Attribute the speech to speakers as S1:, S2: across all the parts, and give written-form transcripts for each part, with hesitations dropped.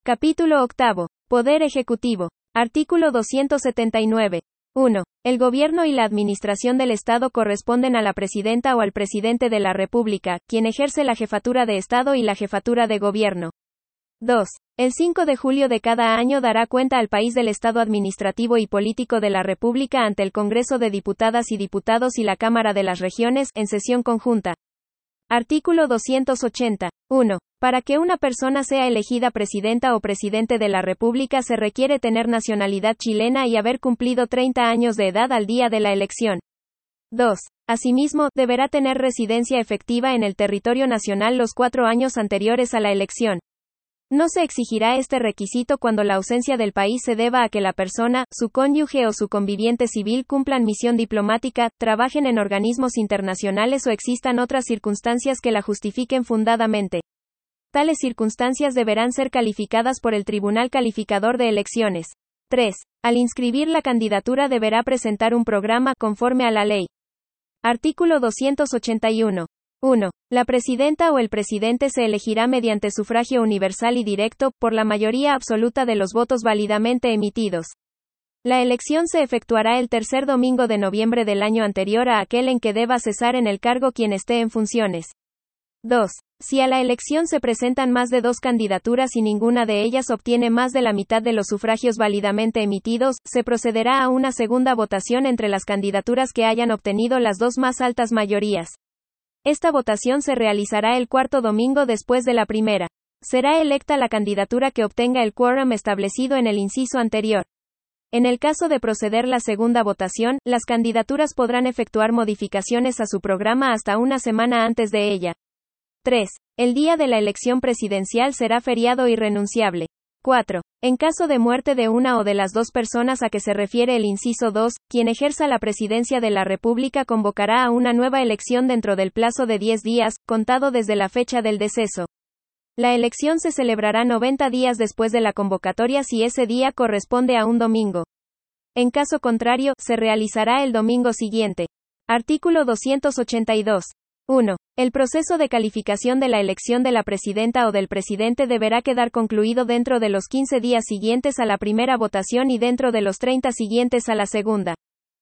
S1: Capítulo octavo. Poder Ejecutivo. Artículo 279. 1. El gobierno y la administración del Estado corresponden a la presidenta o al presidente de la República, quien ejerce la jefatura de Estado y la jefatura de gobierno. 2. El 5 de julio de cada año dará cuenta al país del estado administrativo y político de la República ante el Congreso de Diputadas y Diputados y la Cámara de las Regiones, en sesión conjunta. Artículo 280. 1. Para que una persona sea elegida presidenta o presidente de la República se requiere tener nacionalidad chilena y haber cumplido 30 años de edad al día de la elección. 2. Asimismo, deberá tener residencia efectiva en el territorio nacional los 4 años anteriores a la elección. No se exigirá este requisito cuando la ausencia del país se deba a que la persona, su cónyuge o su conviviente civil cumplan misión diplomática, trabajen en organismos internacionales o existan otras circunstancias que la justifiquen fundadamente. Tales circunstancias deberán ser calificadas por el Tribunal Calificador de Elecciones. 3. Al inscribir la candidatura deberá presentar un programa conforme a la ley. Artículo 281. 1. La presidenta o el presidente se elegirá mediante sufragio universal y directo, por la mayoría absoluta de los votos válidamente emitidos. La elección se efectuará el tercer domingo de noviembre del año anterior a aquel en que deba cesar en el cargo quien esté en funciones. 2. Si a la elección se presentan más de 2 candidaturas y ninguna de ellas obtiene más de la mitad de los sufragios válidamente emitidos, se procederá a una segunda votación entre las candidaturas que hayan obtenido las 2 más altas mayorías. Esta votación se realizará el cuarto domingo después de la primera. Será electa la candidatura que obtenga el quórum establecido en el inciso anterior. En el caso de proceder la segunda votación, las candidaturas podrán efectuar modificaciones a su programa hasta una semana antes de ella. 3. El día de la elección presidencial será feriado irrenunciable. 4. En caso de muerte de una o de las 2 personas a que se refiere el inciso 2, quien ejerza la presidencia de la República convocará a una nueva elección dentro del plazo de 10 días, contado desde la fecha del deceso. La elección se celebrará 90 días después de la convocatoria si ese día corresponde a un domingo. En caso contrario, se realizará el domingo siguiente. Artículo 282. 1. El proceso de calificación de la elección de la presidenta o del presidente deberá quedar concluido dentro de los 15 días siguientes a la primera votación y dentro de los 30 siguientes a la segunda.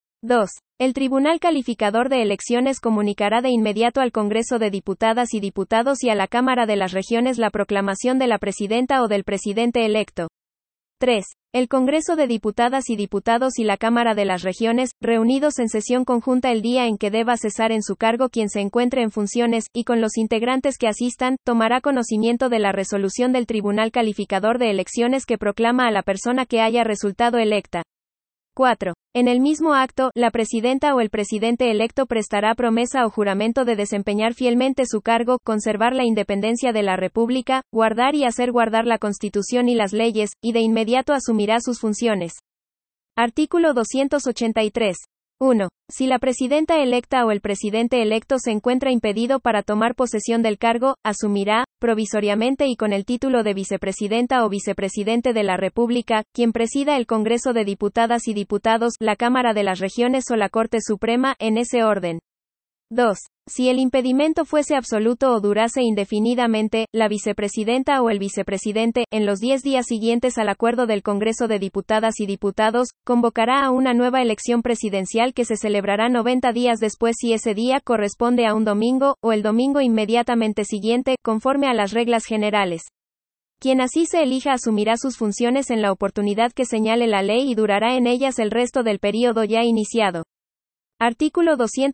S1: 2. El Tribunal Calificador de Elecciones comunicará de inmediato al Congreso de Diputadas y Diputados y a la Cámara de las Regiones la proclamación de la presidenta o del presidente electo. 3. El Congreso de Diputadas y Diputados y la Cámara de las Regiones, reunidos en sesión conjunta el día en que deba cesar en su cargo quien se encuentre en funciones, y con los integrantes que asistan, tomará conocimiento de la resolución del Tribunal Calificador de Elecciones que proclama a la persona que haya resultado electa. 4. En el mismo acto, la presidenta o el presidente electo prestará promesa o juramento de desempeñar fielmente su cargo, conservar la independencia de la República, guardar y hacer guardar la Constitución y las leyes, y de inmediato asumirá sus funciones. Artículo 283. 1. Si la presidenta electa o el presidente electo se encuentra impedido para tomar posesión del cargo, asumirá, provisoriamente y con el título de vicepresidenta o vicepresidente de la República, quien presida el Congreso de Diputadas y Diputados, la Cámara de las Regiones o la Corte Suprema, en ese orden. 2. Si el impedimento fuese absoluto o durase indefinidamente, la vicepresidenta o el vicepresidente, en los 10 días siguientes al acuerdo del Congreso de Diputadas y Diputados, convocará a una nueva elección presidencial que se celebrará 90 días después si ese día corresponde a un domingo, o el domingo inmediatamente siguiente, conforme a las reglas generales. Quien así se elija asumirá sus funciones en la oportunidad que señale la ley y durará en ellas el resto del período ya iniciado. Artículo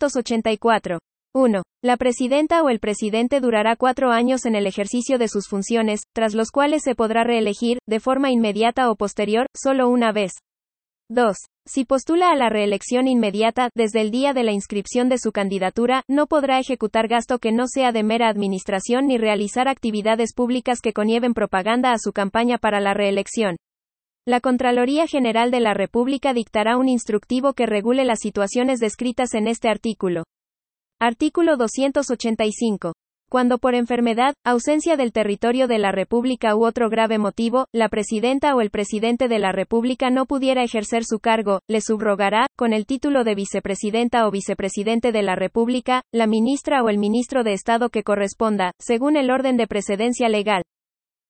S1: 284. 1. La presidenta o el presidente durará 4 años en el ejercicio de sus funciones, tras los cuales se podrá reelegir, de forma inmediata o posterior, solo una vez. 2. Si postula a la reelección inmediata, desde el día de la inscripción de su candidatura, no podrá ejecutar gasto que no sea de mera administración ni realizar actividades públicas que conlleven propaganda a su campaña para la reelección. La Contraloría General de la República dictará un instructivo que regule las situaciones descritas en este artículo. Artículo 285. Cuando por enfermedad, ausencia del territorio de la República u otro grave motivo, la presidenta o el presidente de la República no pudiera ejercer su cargo, le subrogará, con el título de vicepresidenta o vicepresidente de la República, la ministra o el ministro de Estado que corresponda, según el orden de precedencia legal.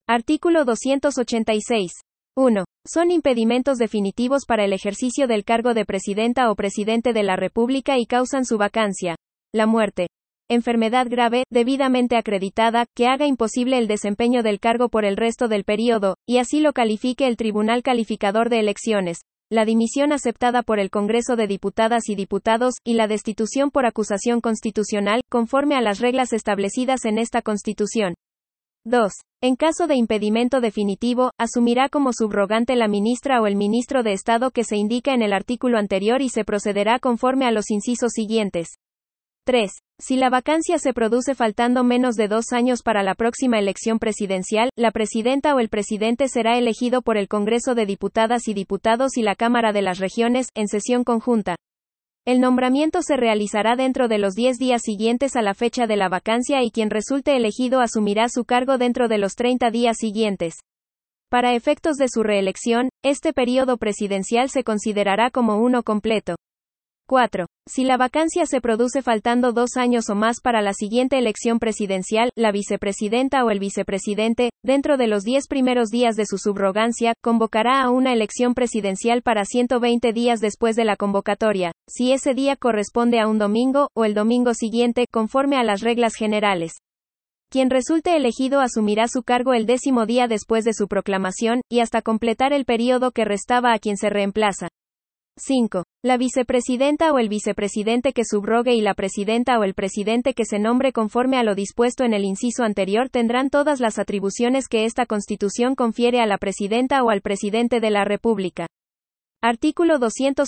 S1: Artículo 286. 1. Son impedimentos definitivos para el ejercicio del cargo de presidenta o presidente de la República y causan su vacancia. La muerte. Enfermedad grave, debidamente acreditada, que haga imposible el desempeño del cargo por el resto del período, y así lo califique el Tribunal Calificador de Elecciones. La dimisión aceptada por el Congreso de Diputadas y Diputados, y la destitución por acusación constitucional, conforme a las reglas establecidas en esta Constitución. 2. En caso de impedimento definitivo, asumirá como subrogante la ministra o el ministro de Estado que se indica en el artículo anterior y se procederá conforme a los incisos siguientes. 3. Si la vacancia se produce faltando menos de 2 años para la próxima elección presidencial, la presidenta o el presidente será elegido por el Congreso de Diputadas y Diputados y la Cámara de las Regiones, en sesión conjunta. El nombramiento se realizará dentro de los 10 días siguientes a la fecha de la vacancia y quien resulte elegido asumirá su cargo dentro de los 30 días siguientes. Para efectos de su reelección, este período presidencial se considerará como uno completo. 4. Si la vacancia se produce faltando 2 años o más para la siguiente elección presidencial, la vicepresidenta o el vicepresidente, dentro de los 10 primeros días de su subrogancia, convocará a una elección presidencial para 120 días después de la convocatoria, si ese día corresponde a un domingo, o el domingo siguiente, conforme a las reglas generales. Quien resulte elegido asumirá su cargo el 10º día después de su proclamación, y hasta completar el período que restaba a quien se reemplaza. 5. La vicepresidenta o el vicepresidente que subrogue y la presidenta o el presidente que se nombre conforme a lo dispuesto en el inciso anterior tendrán todas las atribuciones que esta Constitución confiere a la presidenta o al presidente de la República. Artículo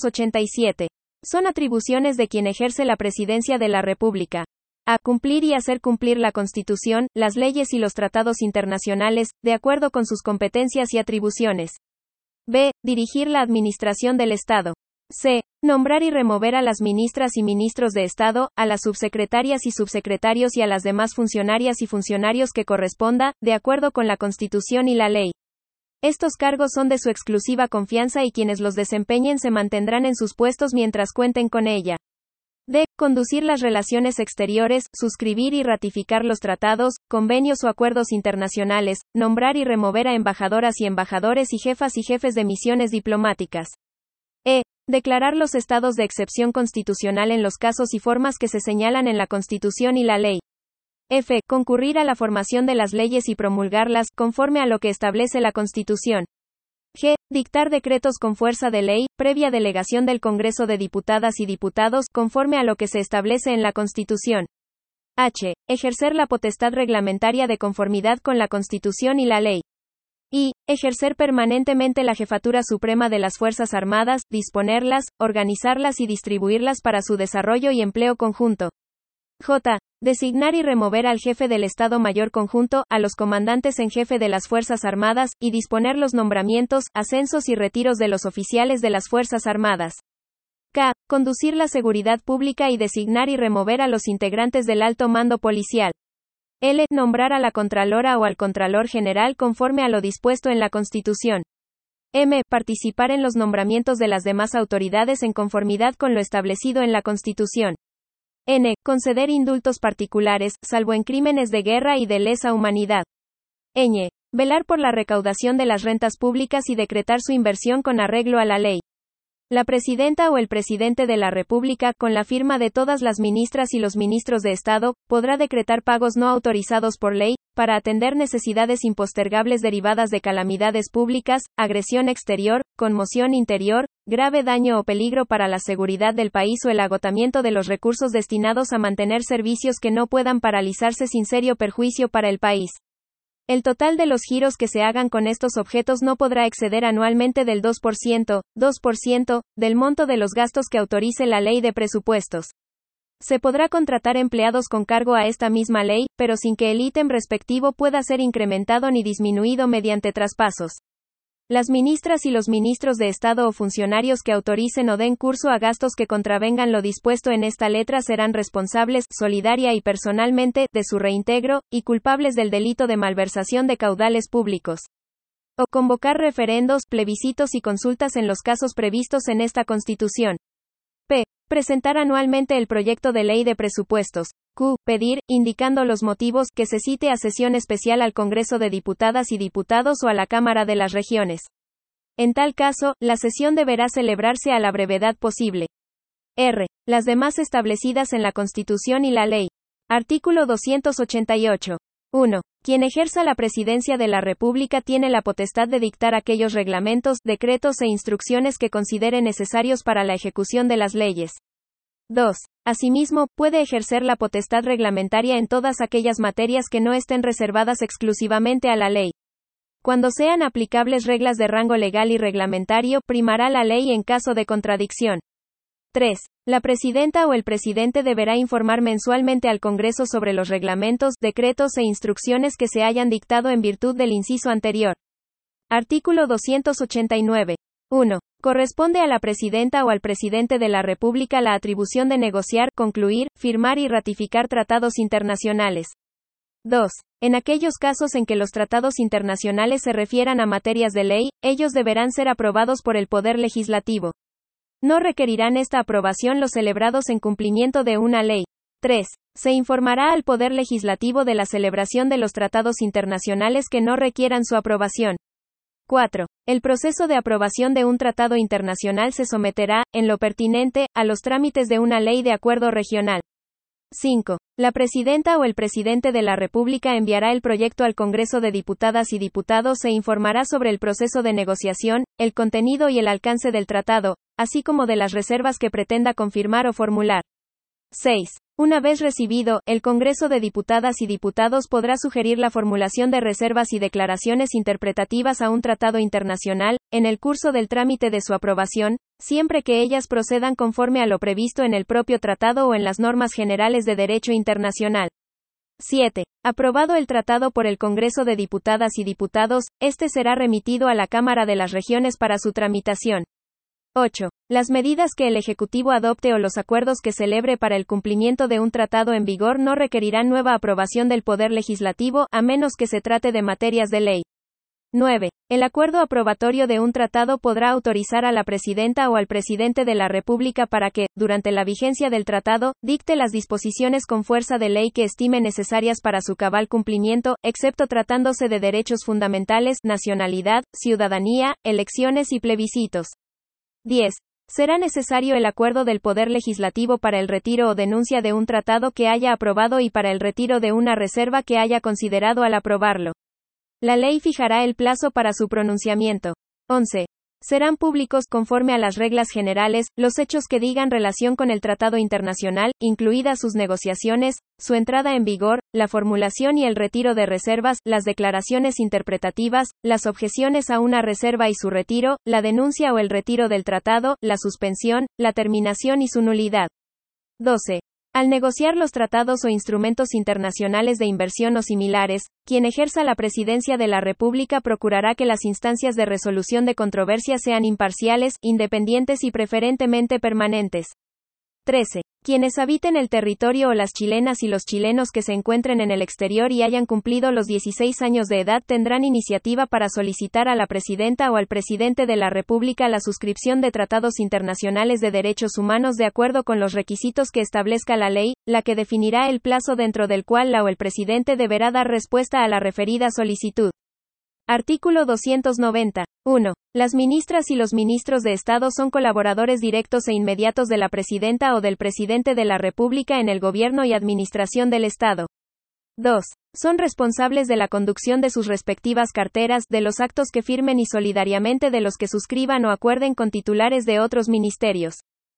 S1: 287. Son atribuciones de quien ejerce la presidencia de la República. A. Cumplir y hacer cumplir la Constitución, las leyes y los tratados internacionales, de acuerdo con sus competencias y atribuciones. B. Dirigir la administración del Estado. C. Nombrar y remover a las ministras y ministros de Estado, a las subsecretarias y subsecretarios y a las demás funcionarias y funcionarios que corresponda, de acuerdo con la Constitución y la ley. Estos cargos son de su exclusiva confianza y quienes los desempeñen se mantendrán en sus puestos mientras cuenten con ella. D. Conducir las relaciones exteriores, suscribir y ratificar los tratados, convenios o acuerdos internacionales, nombrar y remover a embajadoras y embajadores y jefes de misiones diplomáticas. E. Declarar los estados de excepción constitucional en los casos y formas que se señalan en la Constitución y la ley. F. Concurrir a la formación de las leyes y promulgarlas, conforme a lo que establece la Constitución. G. Dictar decretos con fuerza de ley, previa delegación del Congreso de Diputadas y Diputados, conforme a lo que se establece en la Constitución. H. Ejercer la potestad reglamentaria de conformidad con la Constitución y la ley. I. Ejercer permanentemente la jefatura suprema de las Fuerzas Armadas, disponerlas, organizarlas y distribuirlas para su desarrollo y empleo conjunto. J. Designar y remover al jefe del Estado Mayor Conjunto, a los comandantes en jefe de las Fuerzas Armadas, y disponer los nombramientos, ascensos y retiros de los oficiales de las Fuerzas Armadas. K. Conducir la seguridad pública y designar y remover a los integrantes del alto mando policial. L. Nombrar a la Contralora o al Contralor General conforme a lo dispuesto en la Constitución. M. Participar en los nombramientos de las demás autoridades en conformidad con lo establecido en la Constitución. N. Conceder indultos particulares, salvo en crímenes de guerra y de lesa humanidad. Ñ. Velar por la recaudación de las rentas públicas y decretar su inversión con arreglo a la ley. La presidenta o el presidente de la República, con la firma de todas las ministras y los ministros de Estado, podrá decretar pagos no autorizados por ley, para atender necesidades impostergables derivadas de calamidades públicas, agresión exterior, conmoción interior, grave daño o peligro para la seguridad del país o el agotamiento de los recursos destinados a mantener servicios que no puedan paralizarse sin serio perjuicio para el país. El total de los giros que se hagan con estos objetos no podrá exceder anualmente del 2%, del monto de los gastos que autorice la Ley de Presupuestos. Se podrá contratar empleados con cargo a esta misma ley, pero sin que el ítem respectivo pueda ser incrementado ni disminuido mediante traspasos. Las ministras y los ministros de Estado o funcionarios que autoricen o den curso a gastos que contravengan lo dispuesto en esta letra serán responsables, solidaria y personalmente, de su reintegro, y culpables del delito de malversación de caudales públicos. O convocar referendos, plebiscitos y consultas en los casos previstos en esta Constitución. P. Presentar anualmente el proyecto de ley de presupuestos. Q. Pedir, indicando los motivos, que se cite a sesión especial al Congreso de Diputadas y Diputados o a la Cámara de las Regiones. En tal caso, la sesión deberá celebrarse a la brevedad posible. R. Las demás establecidas en la Constitución y la Ley. Artículo 288. 1. Quien ejerza la presidencia de la República tiene la potestad de dictar aquellos reglamentos, decretos e instrucciones que considere necesarios para la ejecución de las leyes. 2. Asimismo, puede ejercer la potestad reglamentaria en todas aquellas materias que no estén reservadas exclusivamente a la ley. Cuando sean aplicables reglas de rango legal y reglamentario, primará la ley en caso de contradicción. 3. La presidenta o el presidente deberá informar mensualmente al Congreso sobre los reglamentos, decretos e instrucciones que se hayan dictado en virtud del inciso anterior. Artículo 289. 1. Corresponde a la presidenta o al presidente de la República la atribución de negociar, concluir, firmar y ratificar tratados internacionales. 2. En aquellos casos en que los tratados internacionales se refieran a materias de ley, ellos deberán ser aprobados por el Poder Legislativo. No requerirán esta aprobación los celebrados en cumplimiento de una ley. 3. Se informará al Poder Legislativo de la celebración de los tratados internacionales que no requieran su aprobación. 4. El proceso de aprobación de un tratado internacional se someterá, en lo pertinente, a los trámites de una ley de acuerdo regional. 5. La presidenta o el presidente de la República enviará el proyecto al Congreso de Diputadas y Diputados e informará sobre el proceso de negociación, el contenido y el alcance del tratado, así como de las reservas que pretenda confirmar o formular. 6. Una vez recibido, el Congreso de Diputadas y Diputados podrá sugerir la formulación de reservas y declaraciones interpretativas a un tratado internacional, en el curso del trámite de su aprobación, siempre que ellas procedan conforme a lo previsto en el propio tratado o en las normas generales de derecho internacional. 7. Aprobado el tratado por el Congreso de Diputadas y Diputados, este será remitido a la Cámara de las Regiones para su tramitación. 8. Las medidas que el Ejecutivo adopte o los acuerdos que celebre para el cumplimiento de un tratado en vigor no requerirán nueva aprobación del Poder Legislativo, a menos que se trate de materias de ley. 9. El acuerdo aprobatorio de un tratado podrá autorizar a la presidenta o al presidente de la República para que, durante la vigencia del tratado, dicte las disposiciones con fuerza de ley que estime necesarias para su cabal cumplimiento, excepto tratándose de derechos fundamentales, nacionalidad, ciudadanía, elecciones y plebiscitos. 10. Será necesario el acuerdo del Poder Legislativo para el retiro o denuncia de un tratado que haya aprobado y para el retiro de una reserva que haya considerado al aprobarlo. La ley fijará el plazo para su pronunciamiento. 11. Serán públicos, conforme a las reglas generales, los hechos que digan relación con el tratado internacional, incluidas sus negociaciones, su entrada en vigor, la formulación y el retiro de reservas, las declaraciones interpretativas, las objeciones a una reserva y su retiro, la denuncia o el retiro del tratado, la suspensión, la terminación y su nulidad. 12. Al negociar los tratados o instrumentos internacionales de inversión o similares, quien ejerza la presidencia de la República procurará que las instancias de resolución de controversias sean imparciales, independientes y preferentemente permanentes. 13. Quienes habiten el territorio o las chilenas y los chilenos que se encuentren en el exterior y hayan cumplido los 16 años de edad tendrán iniciativa para solicitar a la presidenta o al presidente de la República la suscripción de tratados internacionales de derechos humanos de acuerdo con los requisitos que establezca la ley, la que definirá el plazo dentro del cual la o el presidente deberá dar respuesta a la referida solicitud. Artículo 290. 1. Las ministras y los ministros de Estado son colaboradores directos e inmediatos de la presidenta o del presidente de la República en el gobierno y administración del Estado. 2. Son responsables de la conducción de sus respectivas carteras, de los actos que firmen y solidariamente de los que suscriban o acuerden con titulares de otros ministerios.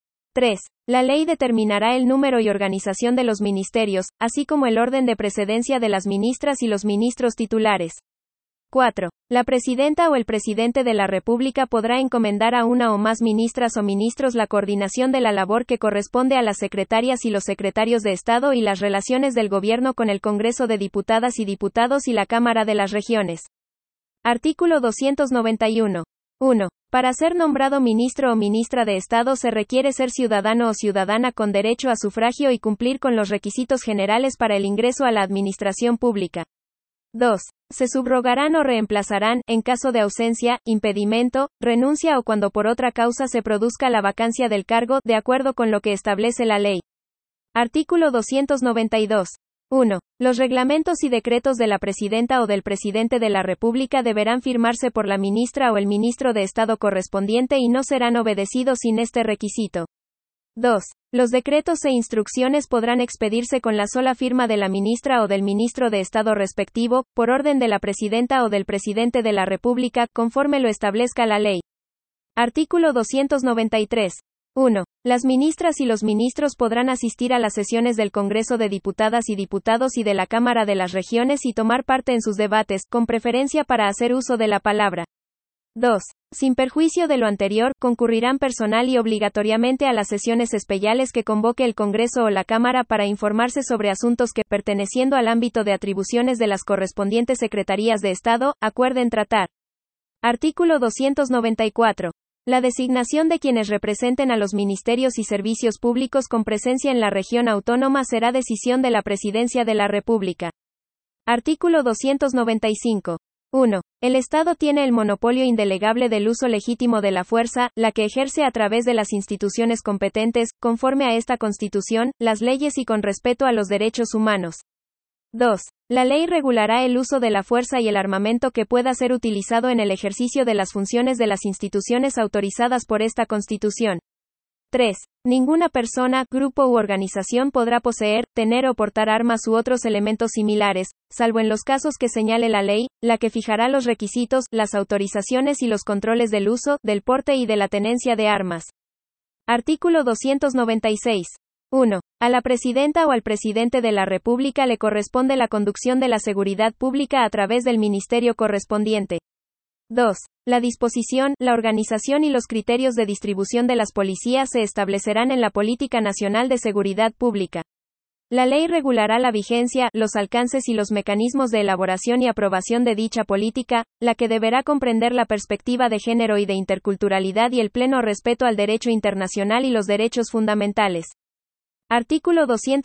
S1: 3. La ley determinará el número y organización de los ministerios, así como el orden de precedencia de las ministras y los ministros titulares. 4. La presidenta o el presidente de la República podrá encomendar a una o más ministras o ministros la coordinación de la labor que corresponde a las secretarias y los secretarios de Estado y las relaciones del gobierno con el Congreso de Diputadas y Diputados y la Cámara de las Regiones. Artículo 291. 1. Para ser nombrado ministro o ministra de Estado se requiere ser ciudadano o ciudadana con derecho a sufragio y cumplir con los requisitos generales para el ingreso a la administración pública. 2. Se subrogarán o reemplazarán, en caso de ausencia, impedimento, renuncia o cuando por otra causa se produzca la vacancia del cargo, de acuerdo con lo que establece la ley. Artículo 292. 1. Los reglamentos y decretos de la Presidenta o del Presidente de la República deberán firmarse por la ministra o el ministro de Estado correspondiente y no serán obedecidos sin este requisito. 2. Los decretos e instrucciones podrán expedirse con la sola firma de la ministra o del ministro de Estado respectivo, por orden de la Presidenta o del Presidente de la República, conforme lo establezca la ley. Artículo 293. 1. Las ministras y los ministros podrán asistir a las sesiones del Congreso de Diputadas y Diputados y de la Cámara de las Regiones y tomar parte en sus debates, con preferencia para hacer uso de la palabra. 2. Sin perjuicio de lo anterior, concurrirán personal y obligatoriamente a las sesiones especiales que convoque el Congreso o la Cámara para informarse sobre asuntos que, perteneciendo al ámbito de atribuciones de las correspondientes Secretarías de Estado, acuerden tratar. Artículo 294. La designación de quienes representen a los ministerios y servicios públicos con presencia en la región autónoma será decisión de la Presidencia de la República. Artículo 295. 1. El Estado tiene el monopolio indelegable del uso legítimo de la fuerza, la que ejerce a través de las instituciones competentes, conforme a esta Constitución, las leyes y con respeto a los derechos humanos. 2. La ley regulará el uso de la fuerza y el armamento que pueda ser utilizado en el ejercicio de las funciones de las instituciones autorizadas por esta Constitución. 3. Ninguna persona, grupo u organización podrá poseer, tener o portar armas u otros elementos similares, salvo en los casos que señale la ley, la que fijará los requisitos, las autorizaciones y los controles del uso, del porte y de la tenencia de armas. Artículo 296. 1. A la Presidenta o al Presidente de la República le corresponde la conducción de la seguridad pública a través del ministerio correspondiente. 2. La disposición, la organización y los criterios de distribución de las policías se establecerán en la Política Nacional de Seguridad Pública. La ley regulará la vigencia, los alcances y los mecanismos de elaboración y aprobación de dicha política, la que deberá comprender la perspectiva de género y de interculturalidad y el pleno respeto al derecho internacional y los derechos fundamentales. Artículo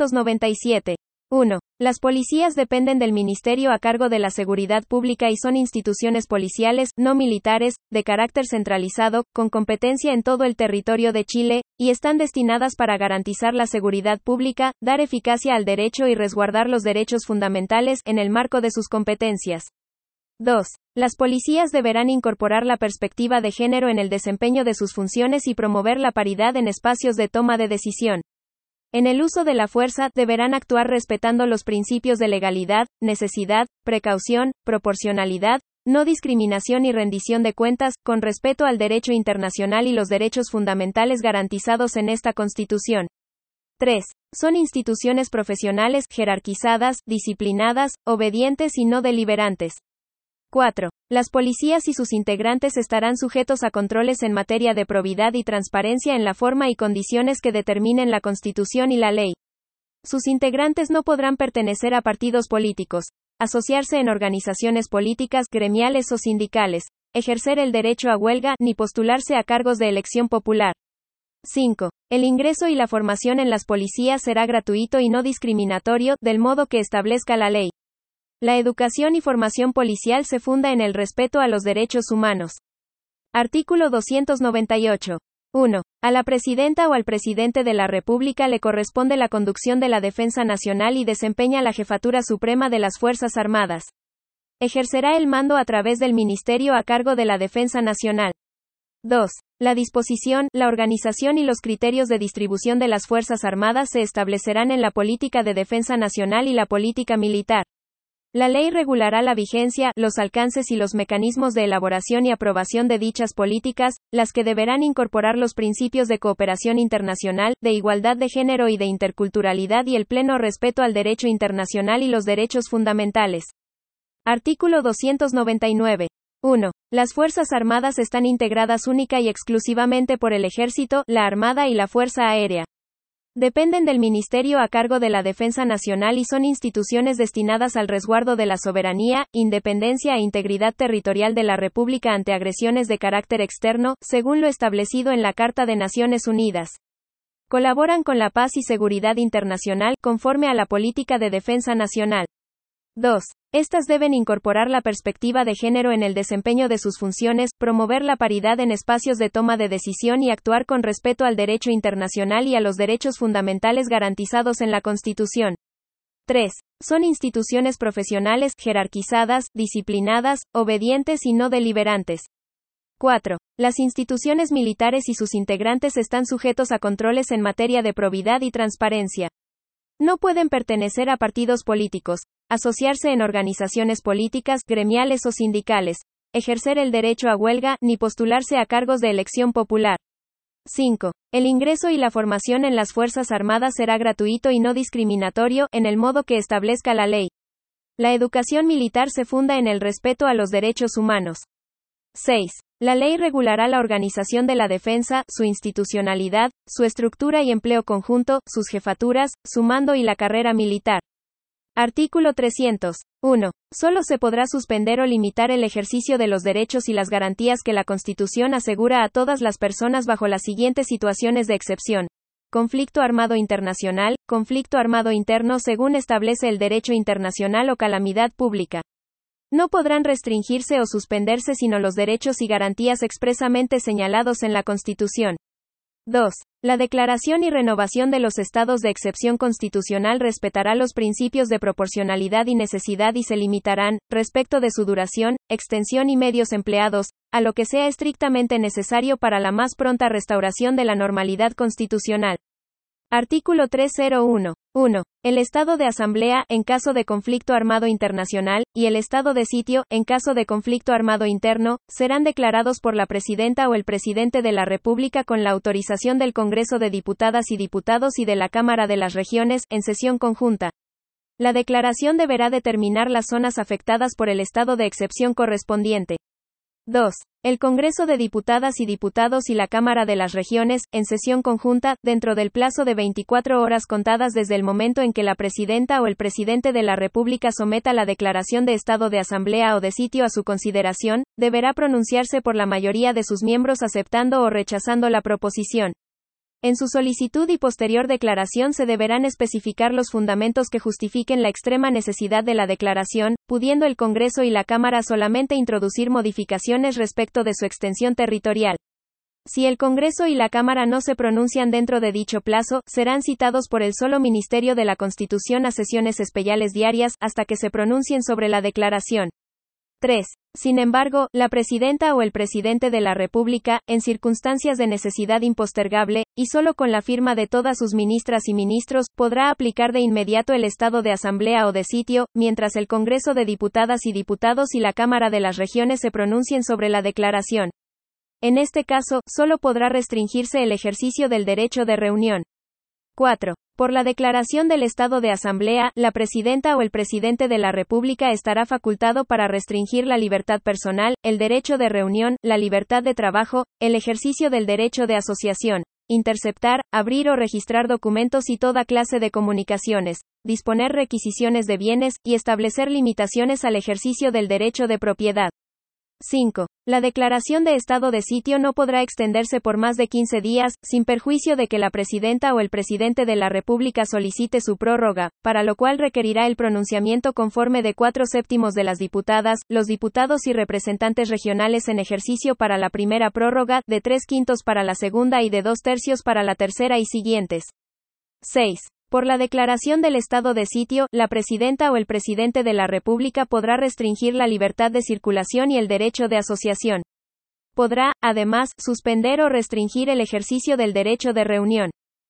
S1: 297. 1. Las policías dependen del Ministerio a cargo de la Seguridad Pública y son instituciones policiales, no militares, de carácter centralizado, con competencia en todo el territorio de Chile, y están destinadas para garantizar la seguridad pública, dar eficacia al derecho y resguardar los derechos fundamentales, en el marco de sus competencias. 2. Las policías deberán incorporar la perspectiva de género en el desempeño de sus funciones y promover la paridad en espacios de toma de decisión. En el uso de la fuerza, deberán actuar respetando los principios de legalidad, necesidad, precaución, proporcionalidad, no discriminación y rendición de cuentas, con respeto al derecho internacional y los derechos fundamentales garantizados en esta Constitución. 3. Son instituciones profesionales, jerarquizadas, disciplinadas, obedientes y no deliberantes. 4. Las policías y sus integrantes estarán sujetos a controles en materia de probidad y transparencia en la forma y condiciones que determinen la Constitución y la ley. Sus integrantes no podrán pertenecer a partidos políticos, asociarse en organizaciones políticas, gremiales o sindicales, ejercer el derecho a huelga, ni postularse a cargos de elección popular. 5. El ingreso y la formación en las policías será gratuito y no discriminatorio, del modo que establezca la ley. La educación y formación policial se funda en el respeto a los derechos humanos. Artículo 298. 1. A la Presidenta o al Presidente de la República le corresponde la conducción de la defensa nacional y desempeña la jefatura suprema de las Fuerzas Armadas. Ejercerá el mando a través del Ministerio a cargo de la Defensa Nacional. 2. La disposición, la organización y los criterios de distribución de las Fuerzas Armadas se establecerán en la Política de Defensa Nacional y la Política Militar. La ley regulará la vigencia, los alcances y los mecanismos de elaboración y aprobación de dichas políticas, las que deberán incorporar los principios de cooperación internacional, de igualdad de género y de interculturalidad y el pleno respeto al derecho internacional y los derechos fundamentales. Artículo 299. 1. Las Fuerzas Armadas están integradas única y exclusivamente por el Ejército, la Armada y la Fuerza Aérea. Dependen del Ministerio a cargo de la Defensa Nacional y son instituciones destinadas al resguardo de la soberanía, independencia e integridad territorial de la República ante agresiones de carácter externo, según lo establecido en la Carta de Naciones Unidas. Colaboran con la paz y seguridad internacional, conforme a la política de defensa nacional. 2. Estas deben incorporar la perspectiva de género en el desempeño de sus funciones, promover la paridad en espacios de toma de decisión y actuar con respeto al derecho internacional y a los derechos fundamentales garantizados en la Constitución. 3. Son instituciones profesionales, jerarquizadas, disciplinadas, obedientes y no deliberantes. 4. Las instituciones militares y sus integrantes están sujetos a controles en materia de probidad y transparencia. No pueden pertenecer a partidos políticos, asociarse en organizaciones políticas, gremiales o sindicales, ejercer el derecho a huelga, ni postularse a cargos de elección popular. 5. El ingreso y la formación en las Fuerzas Armadas será gratuito y no discriminatorio, en el modo que establezca la ley. La educación militar se funda en el respeto a los derechos humanos. 6. La ley regulará la organización de la defensa, su institucionalidad, su estructura y empleo conjunto, sus jefaturas, su mando y la carrera militar. Artículo 300. 1. Solo se podrá suspender o limitar el ejercicio de los derechos y las garantías que la Constitución asegura a todas las personas bajo las siguientes situaciones de excepción. Conflicto armado internacional, conflicto armado interno según establece el derecho internacional o calamidad pública. No podrán restringirse o suspenderse sino los derechos y garantías expresamente señalados en la Constitución. 2. La declaración y renovación de los estados de excepción constitucional respetará los principios de proporcionalidad y necesidad y se limitarán, respecto de su duración, extensión y medios empleados, a lo que sea estrictamente necesario para la más pronta restauración de la normalidad constitucional. Artículo 301. 1. El estado de asamblea, en caso de conflicto armado internacional, y el estado de sitio, en caso de conflicto armado interno, serán declarados por la presidenta o el presidente de la República con la autorización del Congreso de Diputadas y Diputados y de la Cámara de las Regiones, en sesión conjunta. La declaración deberá determinar las zonas afectadas por el estado de excepción correspondiente. 2. El Congreso de Diputadas y Diputados y la Cámara de las Regiones, en sesión conjunta, dentro del plazo de 24 horas contadas desde el momento en que la presidenta o el presidente de la República someta la declaración de estado de asamblea o de sitio a su consideración, deberá pronunciarse por la mayoría de sus miembros aceptando o rechazando la proposición. En su solicitud y posterior declaración se deberán especificar los fundamentos que justifiquen la extrema necesidad de la declaración, pudiendo el Congreso y la Cámara solamente introducir modificaciones respecto de su extensión territorial. Si el Congreso y la Cámara no se pronuncian dentro de dicho plazo, serán citados por el solo Ministerio de la Constitución a sesiones especiales diarias, hasta que se pronuncien sobre la declaración. 3. Sin embargo, la presidenta o el presidente de la República, en circunstancias de necesidad impostergable, y solo con la firma de todas sus ministras y ministros, podrá aplicar de inmediato el estado de asamblea o de sitio, mientras el Congreso de Diputadas y Diputados y la Cámara de las Regiones se pronuncien sobre la declaración. En este caso, solo podrá restringirse el ejercicio del derecho de reunión. 4. Por la declaración del estado de asamblea, la presidenta o el presidente de la República estará facultado para restringir la libertad personal, el derecho de reunión, la libertad de trabajo, el ejercicio del derecho de asociación, interceptar, abrir o registrar documentos y toda clase de comunicaciones, disponer requisiciones de bienes, y establecer limitaciones al ejercicio del derecho de propiedad. 5. La declaración de estado de sitio no podrá extenderse por más de 15 días, sin perjuicio de que la presidenta o el presidente de la República solicite su prórroga, para lo cual requerirá el pronunciamiento conforme de 4/7 de las diputadas, los diputados y representantes regionales en ejercicio para la primera prórroga, de 3/5 para la segunda y de 2/3 para la tercera y siguientes. 6. Por la declaración del estado de sitio, la presidenta o el presidente de la República podrá restringir la libertad de circulación y el derecho de asociación. Podrá, además, suspender o restringir el ejercicio del derecho de reunión.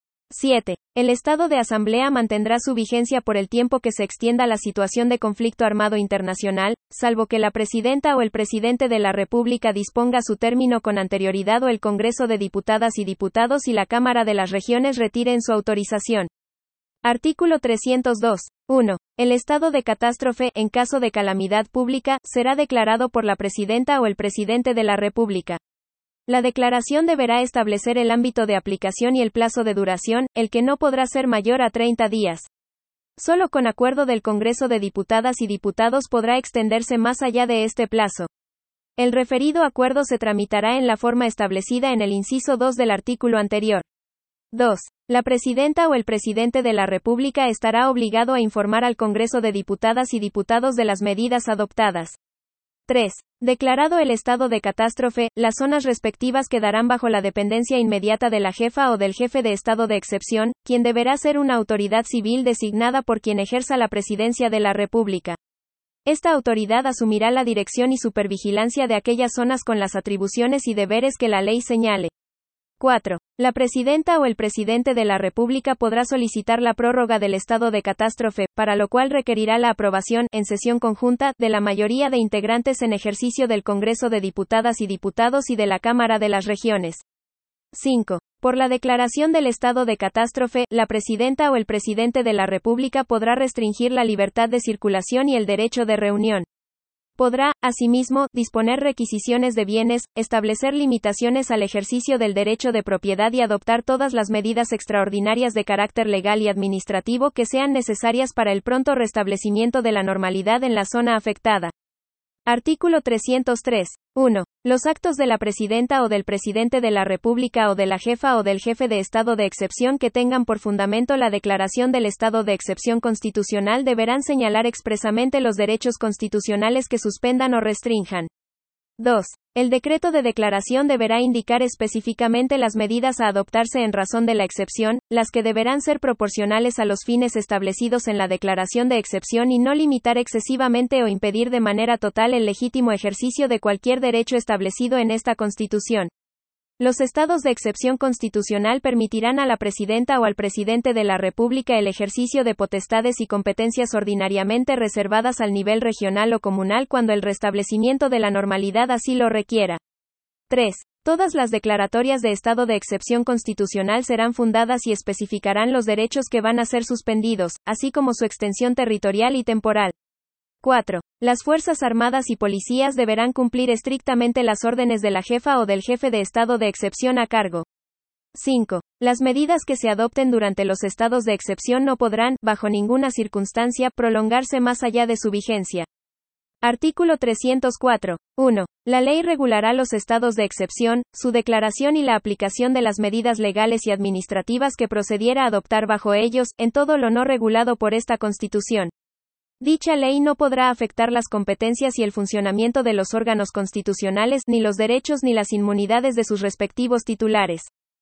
S1: 7. El estado de asamblea mantendrá su vigencia por el tiempo que se extienda la situación de conflicto armado internacional, salvo que la presidenta o el presidente de la República disponga su término con anterioridad o el Congreso de Diputadas y Diputados y la Cámara de las Regiones retiren su autorización. Artículo 302. 1. El estado de catástrofe, en caso de calamidad pública, será declarado por la presidenta o el presidente de la República. La declaración deberá establecer el ámbito de aplicación y el plazo de duración, el que no podrá ser mayor a 30 días. Solo con acuerdo del Congreso de Diputadas y Diputados podrá extenderse más allá de este plazo. El referido acuerdo se tramitará en la forma establecida en el inciso 2 del artículo anterior. 2. La presidenta o el presidente de la República estará obligado a informar al Congreso de Diputadas y Diputados de las medidas adoptadas. 3. Declarado el estado de catástrofe, las zonas respectivas quedarán bajo la dependencia inmediata de la jefa o del jefe de estado de excepción, quien deberá ser una autoridad civil designada por quien ejerza la presidencia de la República. Esta autoridad asumirá la dirección y supervigilancia de aquellas zonas con las atribuciones y deberes que la ley señale. 4. La presidenta o el presidente de la República podrá solicitar la prórroga del estado de catástrofe, para lo cual requerirá la aprobación, en sesión conjunta, de la mayoría de integrantes en ejercicio del Congreso de Diputadas y Diputados y de la Cámara de las Regiones. 5. Por la declaración del estado de catástrofe, la presidenta o el presidente de la República podrá restringir la libertad de circulación y el derecho de reunión. Podrá, asimismo, disponer requisiciones de bienes, establecer limitaciones al ejercicio del derecho de propiedad y adoptar todas las medidas extraordinarias de carácter legal y administrativo que sean necesarias para el pronto restablecimiento de la normalidad en la zona afectada. Artículo 303. 1. Los actos de la presidenta o del presidente de la República o de la jefa o del jefe de estado de excepción que tengan por fundamento la declaración del estado de excepción constitucional deberán señalar expresamente los derechos constitucionales que suspendan o restrinjan. 2. El decreto de declaración deberá indicar específicamente las medidas a adoptarse en razón de la excepción, las que deberán ser proporcionales a los fines establecidos en la declaración de excepción y no limitar excesivamente o impedir de manera total el legítimo ejercicio de cualquier derecho establecido en esta Constitución. Los estados de excepción constitucional permitirán a la presidenta o al presidente de la República el ejercicio de potestades y competencias ordinariamente reservadas al nivel regional o comunal cuando el restablecimiento de la normalidad así lo requiera. 3. Todas las declaratorias de estado de excepción constitucional serán fundadas y especificarán los derechos que van a ser suspendidos, así como su extensión territorial y temporal. 4. Las Fuerzas Armadas y Policías deberán cumplir estrictamente las órdenes de la jefa o del jefe de estado de excepción a cargo. 5. Las medidas que se adopten durante los estados de excepción no podrán, bajo ninguna circunstancia, prolongarse más allá de su vigencia. Artículo 304. 1. La ley regulará los estados de excepción, su declaración y la aplicación de las medidas legales y administrativas que procediera a adoptar bajo ellos, en todo lo no regulado por esta Constitución. Dicha ley no podrá afectar las competencias y el funcionamiento de los órganos constitucionales, ni los derechos ni las inmunidades de sus respectivos titulares.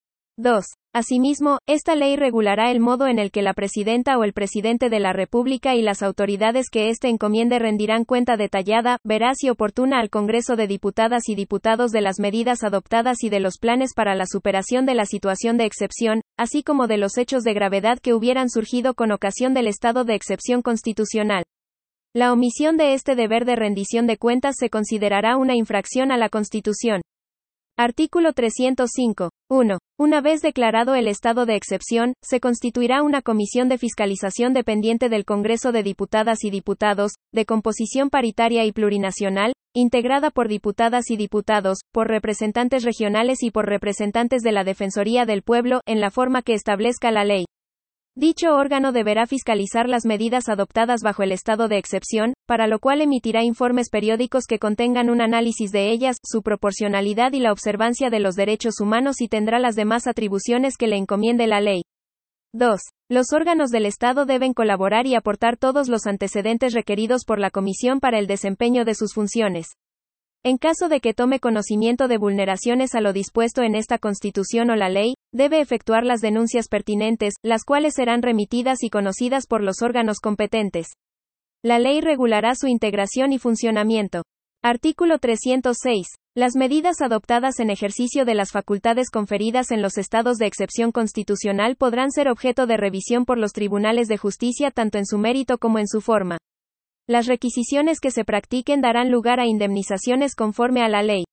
S1: 2. Asimismo, esta ley regulará el modo en el que la presidenta o el presidente de la República y las autoridades que éste encomiende rendirán cuenta detallada, veraz y oportuna al Congreso de Diputadas y Diputados de las medidas adoptadas y de los planes para la superación de la situación de excepción, así como de los hechos de gravedad que hubieran surgido con ocasión del estado de excepción constitucional. La omisión de este deber de rendición de cuentas se considerará una infracción a la Constitución. Artículo 305. 1. Una vez declarado el estado de excepción, se constituirá una comisión de fiscalización dependiente del Congreso de Diputadas y Diputados, de composición paritaria y plurinacional, integrada por diputadas y diputados, por representantes regionales y por representantes de la Defensoría del Pueblo, en la forma que establezca la ley. Dicho órgano deberá fiscalizar las medidas adoptadas bajo el estado de excepción, para lo cual emitirá informes periódicos que contengan un análisis de ellas, su proporcionalidad y la observancia de los derechos humanos y tendrá las demás atribuciones que le encomiende la ley. 2. Los órganos del Estado deben colaborar y aportar todos los antecedentes requeridos por la Comisión para el desempeño de sus funciones. En caso de que tome conocimiento de vulneraciones a lo dispuesto en esta Constitución o la ley, debe efectuar las denuncias pertinentes, las cuales serán remitidas y conocidas por los órganos competentes. La ley regulará su integración y funcionamiento. Artículo 306. Las medidas adoptadas en ejercicio de las facultades conferidas en los estados de excepción constitucional podrán ser objeto de revisión por los tribunales de justicia tanto en su mérito como en su forma. Las requisiciones que se practiquen darán lugar a indemnizaciones conforme a la ley.